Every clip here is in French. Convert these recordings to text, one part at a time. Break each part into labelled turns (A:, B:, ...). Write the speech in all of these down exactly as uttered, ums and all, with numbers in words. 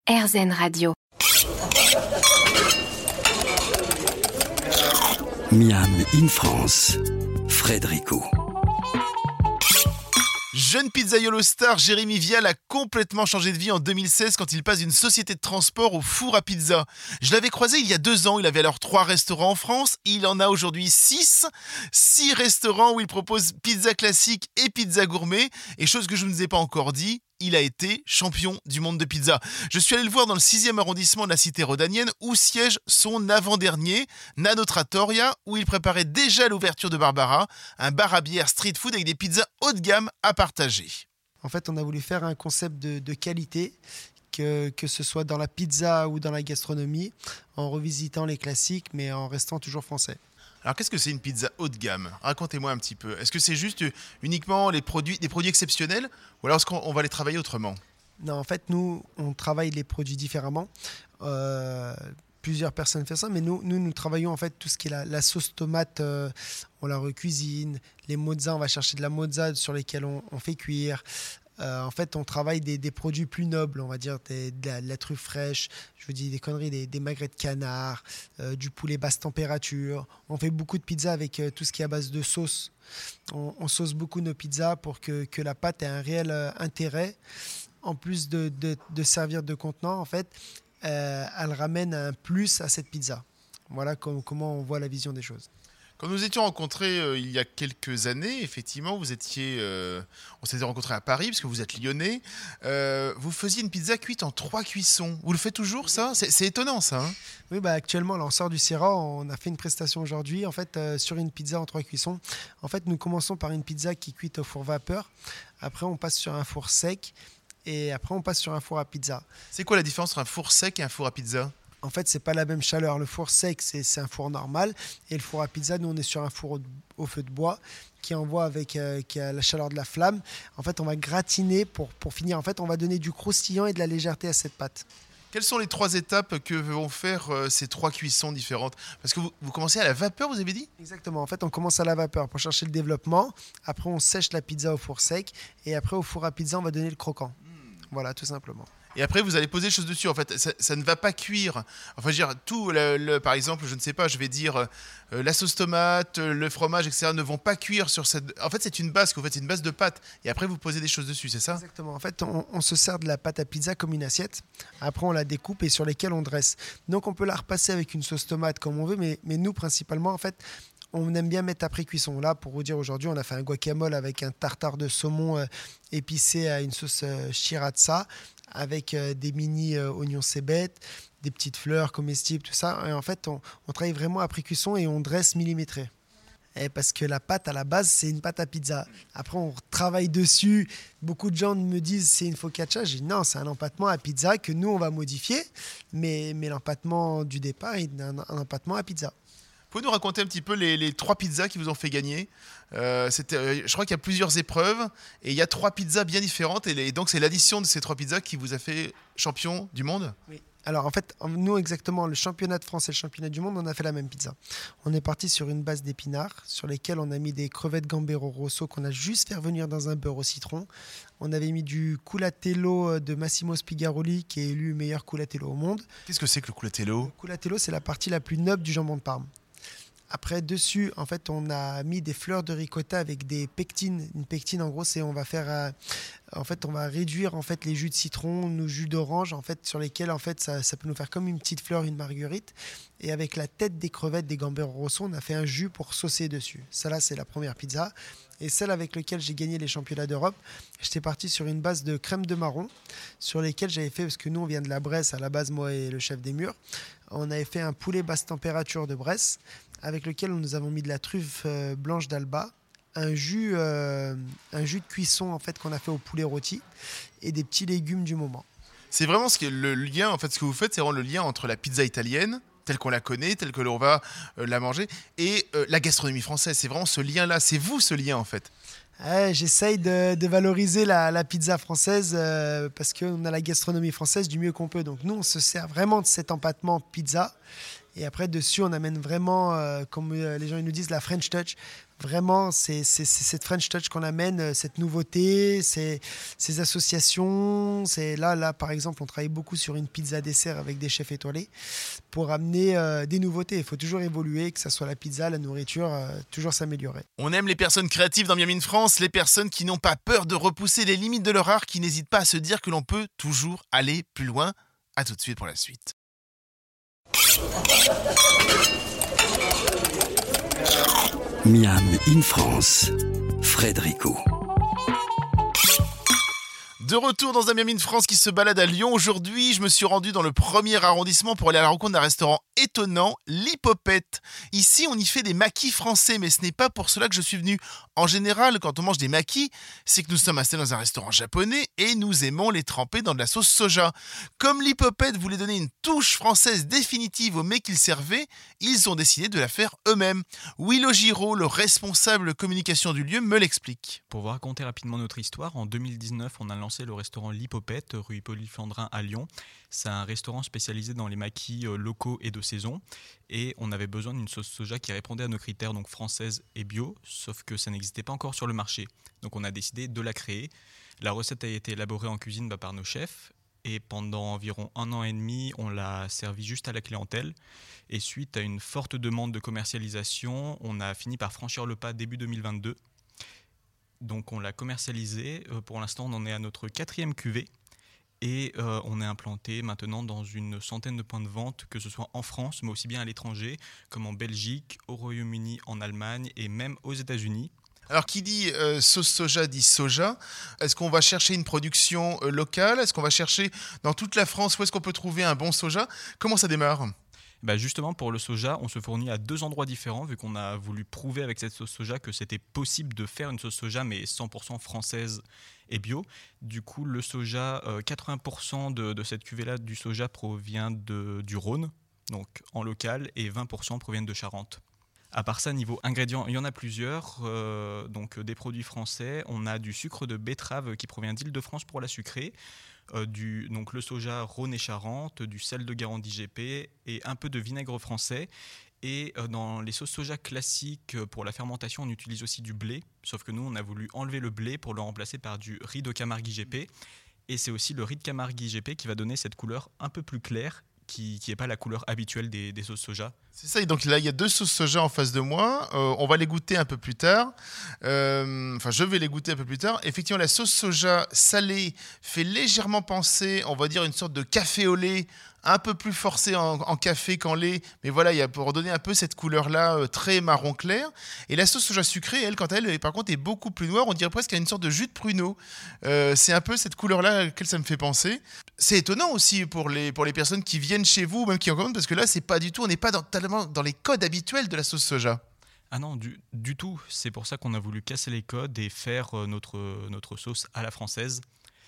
A: RZN Radio.
B: Miam in France, Frédérico.
C: Jeune pizzaiolo star, Jérémy Vial a complètement changé de vie en deux mille seize quand il passe d'une société de transport au four à pizza. Je l'avais croisé il y a deux ans, il avait alors trois restaurants en France, il en a aujourd'hui six. Six restaurants où il propose pizza classique et pizza gourmet. Et chose que je ne vous ai pas encore dit, il a été champion du monde de pizza. Je suis allé le voir dans le sixième arrondissement de la cité rhodanienne où siège son avant-dernier, Nano Trattoria, où il préparait déjà l'ouverture de Barbara, un bar à bière street food avec des pizzas haut de gamme à partager.
D: En fait, on a voulu faire un concept de, de qualité, que, que ce soit dans la pizza ou dans la gastronomie, en revisitant les classiques, mais en restant toujours français.
C: Alors qu'est-ce que c'est une pizza haut de gamme ? Racontez-moi un petit peu. Est-ce que c'est juste uniquement les produits, des produits exceptionnels ou alors est-ce qu'on va les travailler autrement ?
D: Non, en fait, nous, on travaille les produits différemment. Euh, plusieurs personnes font ça, mais nous, nous, nous travaillons en fait tout ce qui est la, la sauce tomate, euh, on la recuisine. Les mozza, on va chercher de la mozza sur lesquelles on, on fait cuire. Euh, en fait, on travaille des, des produits plus nobles, on va dire des, de, la, de la truffe fraîche, je vous dis des conneries, des, des magrets de canard, euh, du poulet basse température. On fait beaucoup de pizzas avec euh, tout ce qui est à base de sauce. On, on sauce beaucoup nos pizzas pour que, que la pâte ait un réel euh, intérêt. En plus de, de, de servir de contenant, en fait, euh, elle ramène un plus à cette pizza. Voilà com- comment on voit la vision des choses.
C: Quand nous étions rencontrés euh, il y a quelques années, effectivement, vous étiez, euh, on s'était rencontrés à Paris parce que vous êtes lyonnais. Euh, vous faisiez une pizza cuite en trois cuissons. Vous le faites toujours, ça ? c'est, c'est étonnant, ça. Hein ?
D: Oui, bah actuellement, là, on sort du Sierra. On a fait une prestation aujourd'hui, en fait, euh, sur une pizza en trois cuissons. En fait, nous commençons par une pizza qui est cuite au four vapeur. Après, on passe sur un four sec et après, on passe sur un four à pizza.
C: C'est quoi la différence entre un four sec et un four à pizza ?
D: En fait, c'est pas la même chaleur. Le four sec, c'est, c'est un four normal. Et le four à pizza, nous, on est sur un four au, au feu de bois qui envoie avec euh, qui a la chaleur de la flamme. En fait, on va gratiner pour, pour finir. En fait, on va donner du croustillant et de la légèreté à cette pâte.
C: Quelles sont les trois étapes que vont faire euh, ces trois cuissons différentes ? Parce que vous, vous commencez à la vapeur, vous avez dit ?
D: Exactement. En fait, on commence à la vapeur pour chercher le développement. Après, on sèche la pizza au four sec. Et après, au four à pizza, on va donner le croquant. Mmh. Voilà, tout simplement.
C: Et après, vous allez poser des choses dessus. En fait, ça, ça ne va pas cuire. Enfin, je veux dire, tout, le, le, par exemple, je ne sais pas, je vais dire euh, la sauce tomate, le fromage, et cetera ne vont pas cuire sur cette... En fait, c'est une base, en fait, c'est une base de pâte. Et après, vous posez des choses dessus, c'est ça ?
D: Exactement. En fait, on, on se sert de la pâte à pizza comme une assiette. Après, on la découpe et sur lesquelles on dresse. Donc, on peut la repasser avec une sauce tomate comme on veut, mais, mais nous, principalement, en fait, on aime bien mettre après cuisson. Là, pour vous dire, aujourd'hui, on a fait un guacamole avec un tartare de saumon euh, épicé à une sauce euh, sriracha, avec euh, des mini euh, oignons cébettes, des petites fleurs comestibles, tout ça. Et en fait, on, on travaille vraiment après cuisson et on dresse millimétré. Et parce que la pâte, à la base, c'est une pâte à pizza. Après, on travaille dessus. Beaucoup de gens me disent c'est une focaccia. Je dis non, c'est un empattement à pizza que nous, on va modifier. Mais, mais l'empattement du départ est un, un empattement à pizza.
C: Pouvez nous raconter un petit peu les, les trois pizzas qui vous ont fait gagner ? euh, c'était, euh, Je crois qu'il y a plusieurs épreuves et il y a trois pizzas bien différentes. Et, les, et donc, c'est l'addition de ces trois pizzas qui vous a fait champion du monde ?
D: Oui. Alors, en fait, nous, exactement, le championnat de France et le championnat du monde, on a fait la même pizza. On est parti sur une base d'épinards sur lesquelles on a mis des crevettes Gambero Rosso qu'on a juste fait revenir dans un beurre au citron. On avait mis du culatello de Massimo Spigaroli qui est élu meilleur culatello au monde.
C: Qu'est-ce que c'est que le culatello ?
D: Le culatello, c'est la partie la plus noble du jambon de Parme. Après, dessus, en fait, on a mis des fleurs de ricotta avec des pectines. Une pectine, en gros, c'est on va faire, euh, en fait, on va réduire en fait les jus de citron, nos jus d'orange, en fait, sur lesquels, en fait, ça, ça peut nous faire comme une petite fleur, une marguerite. Et avec la tête des crevettes des Gambero Rosso, on a fait un jus pour saucer dessus. Ça, là, c'est la première pizza. Et celle avec laquelle j'ai gagné les championnats d'Europe, j'étais parti sur une base de crème de marron, sur lesquelles j'avais fait, parce que nous, on vient de la Bresse, à la base, moi et le chef des murs, on avait fait un poulet basse température de Bresse, avec lequel nous avons mis de la truffe euh, blanche d'Alba, un jus, euh, un jus de cuisson en fait, qu'on a fait au poulet rôti, et des petits légumes du moment.
C: C'est vraiment ce qui est le lien, en fait, ce que vous faites, c'est vraiment le lien entre la pizza italienne, telle qu'on la connaît, telle que l'on va euh, la manger, et euh, la gastronomie française. C'est vraiment ce lien-là, c'est vous ce lien en fait.
D: Ouais, j'essaye de, de valoriser la, la pizza française euh, parce qu'on a la gastronomie française du mieux qu'on peut. Donc nous, on se sert vraiment de cet empattement pizza. Et après, dessus, on amène vraiment, euh, comme euh, les gens ils nous disent, la French touch. Vraiment, c'est, c'est, c'est cette French touch qu'on amène, cette nouveauté, c'est, ces associations. C'est là, là, par exemple, on travaille beaucoup sur une pizza dessert avec des chefs étoilés pour amener euh, des nouveautés. Il faut toujours évoluer, que ce soit la pizza, la nourriture, euh, toujours s'améliorer.
C: On aime les personnes créatives dans Miam in France, les personnes qui n'ont pas peur de repousser les limites de leur art, qui n'hésitent pas à se dire que l'on peut toujours aller plus loin. À tout de suite pour la suite.
B: Miam in France, Frédérico.
C: De retour dans un Miam in France qui se balade à Lyon. Aujourd'hui, je me suis rendu dans le premier arrondissement pour aller à la rencontre d'un restaurant étonnant, l'Hippopète. Ici, on y fait des maquis français, mais ce n'est pas pour cela que je suis venu. En général, quand on mange des maquis, c'est que nous sommes installés dans un restaurant japonais et nous aimons les tremper dans de la sauce soja. Comme l'Hippopète voulait donner une touche française définitive au mets qu'ils servaient, ils ont décidé de la faire eux-mêmes. Willow Giraud, le responsable communication du lieu, me l'explique.
A: Pour vous raconter rapidement notre histoire, en deux mille dix-neuf, on a lancé le restaurant l'Hippopète, rue Hippolyte-Flandrin à Lyon. C'est un restaurant spécialisé dans les maquis locaux et de saison. Et on avait besoin d'une sauce soja qui répondait à nos critères, donc française et bio, sauf que ça n'existait pas encore sur le marché. Donc on a décidé de la créer. La recette a été élaborée en cuisine bah, par nos chefs. Et pendant environ un an et demi, on l'a servi juste à la clientèle. Et suite à une forte demande de commercialisation, on a fini par franchir le pas début deux mille vingt-deux. Donc on l'a commercialisé, euh, pour l'instant on en est à notre quatrième cuvée et euh, on est implanté maintenant dans une centaine de points de vente, que ce soit en France mais aussi bien à l'étranger, comme en Belgique, au Royaume-Uni, en Allemagne et même aux États-Unis.
C: Alors qui dit euh, sauce soja dit soja. Est-ce qu'on va chercher une production euh, locale ? Est-ce qu'on va chercher dans toute la France où est-ce qu'on peut trouver un bon soja ? Comment ça démarre ?
A: Bah justement, pour le soja, on se fournit à deux endroits différents, vu qu'on a voulu prouver avec cette sauce soja que c'était possible de faire une sauce soja, mais cent pour cent française et bio. Du coup, le soja, euh, quatre-vingts pour cent de, de cette cuvée-là du soja provient de, du Rhône, donc en local, et vingt pour cent proviennent de Charente. À part ça, niveau ingrédients, il y en a plusieurs. Euh, donc des produits français, on a du sucre de betterave qui provient d'Île-de-France pour la sucrée. Euh, du, donc le soja Rhône et Charente, du sel de Guérande I G P et un peu de vinaigre français. Et euh, dans les sauces soja classiques, euh, pour la fermentation, on utilise aussi du blé. Sauf que nous, on a voulu enlever le blé pour le remplacer par du riz de Camargue I G P. Et c'est aussi le riz de Camargue I G P qui va donner cette couleur un peu plus claire, qui n'est pas la couleur habituelle des, des sauces soja.
C: C'est ça, et donc là il y a deux sauces soja en face de moi, euh, on va les goûter un peu plus tard, euh, enfin je vais les goûter un peu plus tard. Effectivement, la sauce soja salée fait légèrement penser, on va dire, une sorte de café au lait, un peu plus forcé en, en café qu'en lait, mais voilà, il y a pour donner un peu cette couleur-là euh, très marron clair. Et la sauce soja sucrée, elle, quand elle, par contre, est beaucoup plus noire, on dirait presque à une sorte de jus de pruneau. Euh, c'est un peu cette couleur-là à laquelle ça me fait penser. C'est étonnant aussi pour les, pour les personnes qui viennent chez vous, même qui en commandent, parce que là, c'est pas du tout, on n'est pas dans, tellement dans les codes habituels de la sauce soja.
A: Ah non, du, du tout. C'est pour ça qu'on a voulu casser les codes et faire euh, notre, notre sauce à la française.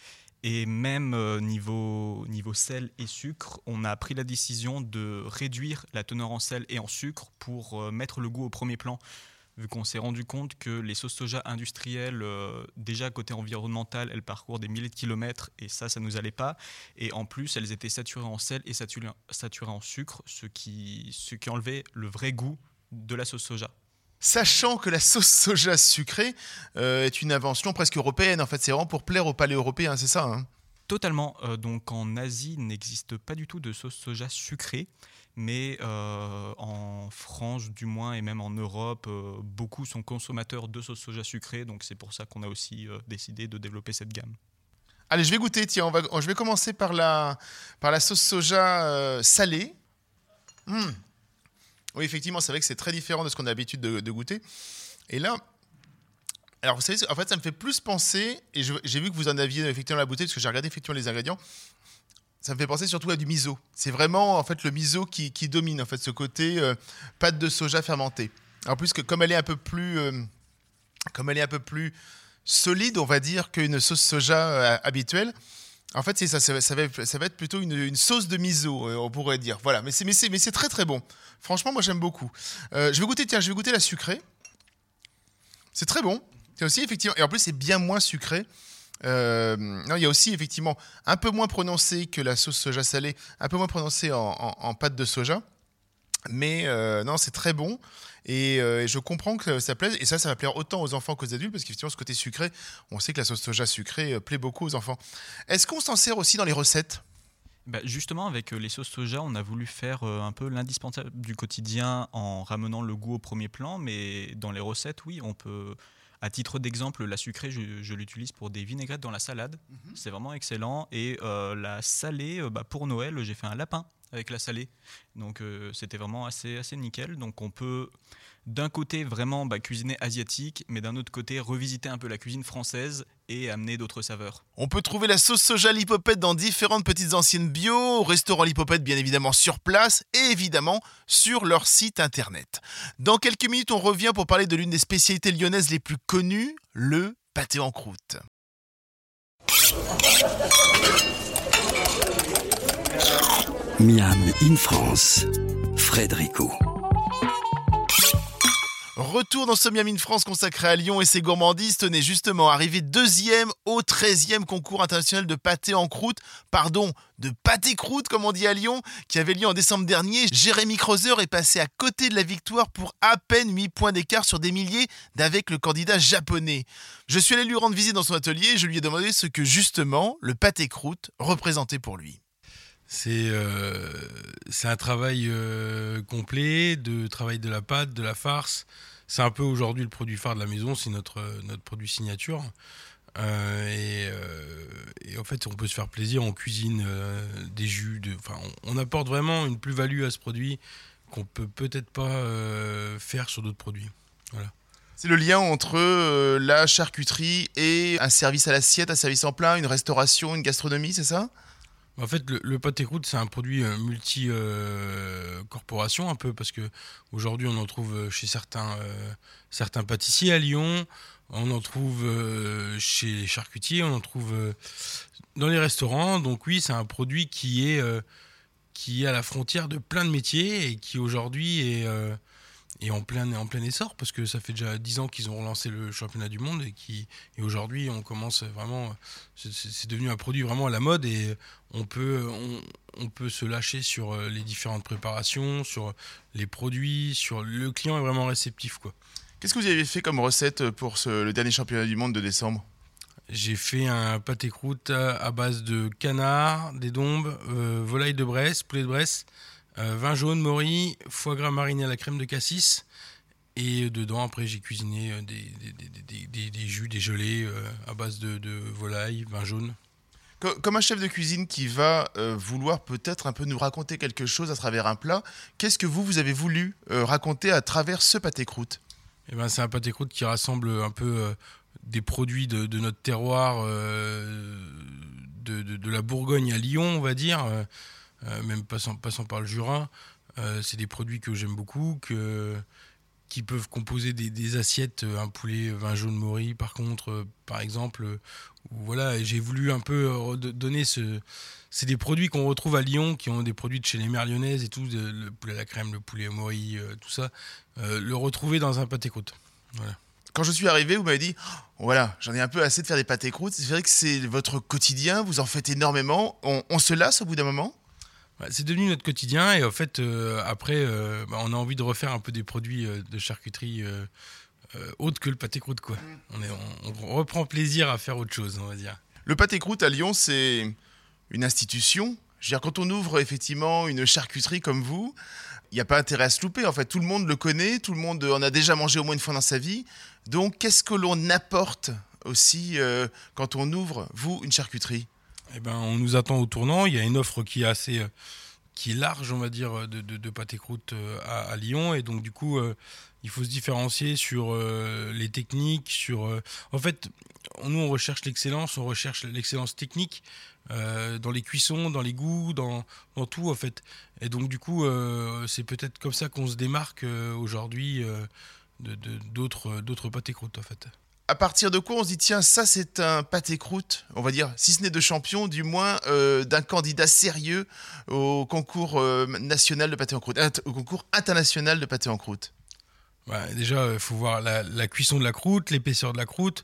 A: Et même euh, niveau, niveau sel et sucre, on a pris la décision de réduire la teneur en sel et en sucre pour euh, mettre le goût au premier plan, vu qu'on s'est rendu compte que les sauces soja industrielles, euh, déjà côté environnemental, elles parcourent des milliers de kilomètres et ça, ça ne nous allait pas. Et en plus, elles étaient saturées en sel et saturées, saturées en sucre, ce qui, ce qui enlevait le vrai goût de la sauce soja.
C: Sachant que la sauce soja sucrée euh, est une invention presque européenne, en fait, c'est vraiment pour plaire au palais européen, c'est ça, hein ?
A: Totalement. Euh, donc en Asie, il n'existe pas du tout de sauce soja sucrée, mais euh, en France du moins et même en Europe, euh, beaucoup sont consommateurs de sauce soja sucrée, donc c'est pour ça qu'on a aussi euh, décidé de développer cette gamme.
C: Allez, je vais goûter, tiens, on va, je vais commencer par la, par la sauce soja euh, salée. Mmh. Oui, effectivement, c'est vrai que c'est très différent de ce qu'on a l'habitude de, de goûter. Et là, alors vous savez, en fait, ça me fait plus penser, et je, j'ai vu que vous en aviez effectivement la bouteille, parce que j'ai regardé effectivement les ingrédients, ça me fait penser surtout à du miso. C'est vraiment en fait le miso qui, qui domine, en fait, ce côté euh, pâte de soja fermentée. En plus, que, comme elle est un peu plus, euh, comme elle est un peu plus solide, on va dire, qu'une sauce soja euh, habituelle. En fait, c'est ça, ça, va, ça, va, ça va être plutôt une, une sauce de miso, euh, on pourrait dire. Voilà, mais c'est, mais, c'est, mais c'est très très bon. Franchement, moi j'aime beaucoup. Euh, je vais goûter, tiens, je vais goûter la sucrée. C'est très bon. C'est aussi effectivement, et en plus c'est bien moins sucré. Euh, non, il y a aussi effectivement un peu moins prononcé que la sauce soja salée, un peu moins prononcé en, en, en pâte de soja. Mais euh, non, c'est très bon. Et, euh, et je comprends que ça plaise. Et ça, ça va plaire autant aux enfants qu'aux adultes, parce qu'effectivement, ce côté sucré, on sait que la sauce soja sucrée euh, plaît beaucoup aux enfants. Est-ce qu'on s'en sert aussi dans les recettes ?
A: Bah, justement, avec euh, les sauces soja, on a voulu faire euh, un peu l'indispensable du quotidien en ramenant le goût au premier plan, mais dans les recettes, oui, on peut. À titre d'exemple, la sucrée, je, je l'utilise pour des vinaigrettes dans la salade. Mm-hmm. C'est vraiment excellent. Et euh, la salée, euh, bah, pour Noël, j'ai fait un lapin avec la salée. Donc euh, c'était vraiment assez, assez nickel. Donc on peut d'un côté vraiment bah, cuisiner asiatique, mais d'un autre côté revisiter un peu la cuisine française et amener d'autres saveurs.
C: On peut trouver la sauce soja Lipopette dans différentes petites anciennes bio, au restaurant Lipopette bien évidemment sur place et évidemment sur leur site internet. Dans quelques minutes, on revient pour parler de l'une des spécialités lyonnaises les plus connues, le pâté en croûte.
B: Miam in France, Frédérico.
C: Retour dans ce Miam in France consacré à Lyon et ses gourmandises. Tenez, justement, arrivé deuxième au treizième concours international de pâté en croûte, pardon, de pâté croûte comme on dit à Lyon, qui avait lieu en décembre dernier. Jérémy Crozer est passé à côté de la victoire pour à peine huit points d'écart sur des milliers d'avec le candidat japonais. Je suis allé lui rendre visite dans son atelier et je lui ai demandé ce que justement le pâté croûte représentait pour lui.
E: C'est, euh, c'est un travail euh, complet, de travail de la pâte, de la farce. C'est un peu aujourd'hui le produit phare de la maison, c'est notre, notre produit signature. Euh, et, euh, et en fait, on peut se faire plaisir, on cuisine euh, des jus. De, enfin, on, on apporte vraiment une plus-value à ce produit qu'on peut peut-être pas euh, faire sur d'autres produits. Voilà.
C: C'est le lien entre euh, la charcuterie et un service à l'assiette, un service en plat, une restauration, une gastronomie, c'est ça ?
E: En fait, le, le pâté croûte, c'est un produit euh, multi-corporation, euh, un peu, parce qu'aujourd'hui, on en trouve chez certains, euh, certains pâtissiers à Lyon, on en trouve euh, chez les charcutiers, on en trouve euh, dans les restaurants. Donc oui, c'est un produit qui est, euh, qui est à la frontière de plein de métiers et qui aujourd'hui est, euh, est en, plein, en plein essor, parce que ça fait déjà dix ans qu'ils ont relancé le championnat du monde et, qui, et aujourd'hui, on commence vraiment... C'est, c'est devenu un produit vraiment à la mode et on peut, on, on peut se lâcher sur les différentes préparations, sur les produits, sur le client est vraiment réceptif, quoi.
C: Qu'est-ce que vous avez fait comme recette pour ce, le dernier championnat du monde de décembre ?
E: J'ai fait un pâté croûte à, à base de canard, des dombes, euh, volaille de Bresse, poulet de Bresse, euh, vin jaune, mori, foie gras mariné à la crème de cassis. Et dedans, après, j'ai cuisiné des, des, des, des, des, des jus, des gelées euh, à base de, de volaille, vin jaune.
C: Comme un chef de cuisine qui va euh, vouloir peut-être un peu nous raconter quelque chose à travers un plat, qu'est-ce que vous, vous avez voulu euh, raconter à travers ce pâté croûte ?
E: Eh ben, c'est un pâté croûte qui rassemble un peu euh, des produits de, de notre terroir, euh, de, de, de la Bourgogne à Lyon, on va dire, euh, même passant, passant par le Jura. Euh, c'est des produits que j'aime beaucoup, que... qui peuvent composer des, des assiettes, un poulet vin jaune mori par contre, euh, par exemple. Euh, voilà, et j'ai voulu un peu euh, donner ce... C'est des produits qu'on retrouve à Lyon, qui ont des produits de chez les mères lyonnaises et tout, de, le poulet à la crème, le poulet au mori, euh, tout ça, euh, le retrouver dans un pâté croûte. Voilà.
C: Quand je suis arrivé, vous m'avez dit oh, voilà, j'en ai un peu assez de faire des pâtés croûtes. C'est vrai que c'est votre quotidien, vous en faites énormément. On, on se lasse au bout d'un moment ?
E: C'est devenu notre quotidien et en fait, euh, après, euh, bah, on a envie de refaire un peu des produits euh, de charcuterie euh, euh, autres que le pâté croûte, quoi. Mmh. On, est, on, on reprend plaisir à faire autre chose, on va dire.
C: Le pâté croûte à Lyon, c'est une institution. Je veux dire, quand on ouvre effectivement une charcuterie comme vous, il n'y a pas intérêt à se louper. En fait, tout le monde le connaît, tout le monde en a déjà mangé au moins une fois dans sa vie. Donc, qu'est-ce que l'on apporte aussi euh, quand on ouvre, vous, une charcuterie ?
E: Eh ben, on nous attend au tournant. Il y a une offre qui est assez, euh, qui est large, on va dire, de, de, de pâté croûte euh, à, à Lyon. Et donc, du coup, euh, il faut se différencier sur euh, les techniques. Sur, euh, en fait, nous, on recherche l'excellence, on recherche l'excellence technique euh, dans les cuissons, dans les goûts, dans, dans tout, en fait. Et donc, du coup, euh, c'est peut-être comme ça qu'on se démarque euh, aujourd'hui euh, de, de, d'autres, d'autres pâtés croûtes, en fait.
C: À partir de quoi on se dit tiens, ça c'est un pâté croûte, on va dire, si ce n'est de champion, du moins euh, d'un candidat sérieux au concours euh, national de pâté en croûte, au concours international de pâté en croûte.
E: Bah, déjà, il faut voir la, la cuisson de la croûte, l'épaisseur de la croûte,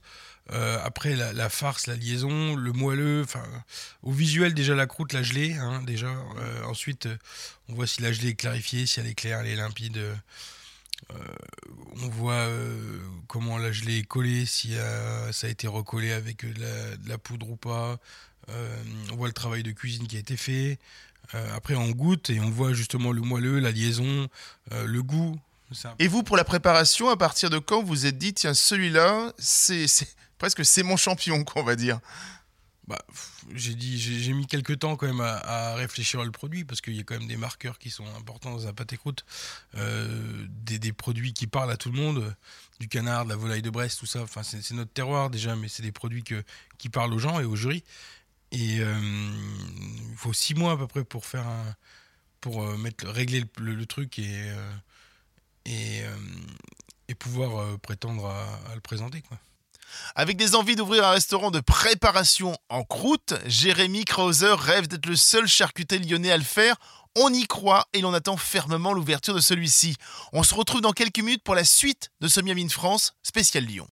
E: Euh, après la, la farce, la liaison, le moelleux, enfin au visuel déjà la croûte, la gelée, hein, déjà. Euh, ensuite, euh, on voit si la gelée est clarifiée, si elle est claire, elle est limpide. Euh, on voit euh, comment la gelée est collée, si euh, ça a été recollé avec de la, de la poudre ou pas. Euh, on voit le travail de cuisine qui a été fait. Euh, après, on goûte et on voit justement le moelleux, la liaison, euh, le goût. Un...
C: Et vous, pour la préparation, à partir de quand vous vous êtes dit, tiens, celui-là, c'est, c'est presque c'est mon champion, qu'on va dire.
E: Bah, j'ai dit, j'ai, j'ai mis quelques temps quand même à, à réfléchir au produit parce qu'il y a quand même des marqueurs qui sont importants dans un pâté croûte, euh, des, des produits qui parlent à tout le monde, du canard, de la volaille de Brest, tout ça. Enfin, c'est, c'est notre terroir déjà, mais c'est des produits que, qui parlent aux gens et au jury. Et euh, il faut six mois à peu près pour faire un, pour euh, mettre, régler le, le, le truc et euh, et, euh, et pouvoir euh, prétendre à, à le présenter, quoi.
C: Avec des envies d'ouvrir un restaurant de préparation en croûte, Jérémy Krauser rêve d'être le seul charcutier lyonnais à le faire. On y croit et l'on attend fermement l'ouverture de celui-ci. On se retrouve dans quelques minutes pour la suite de ce Miam in France spécial Lyon.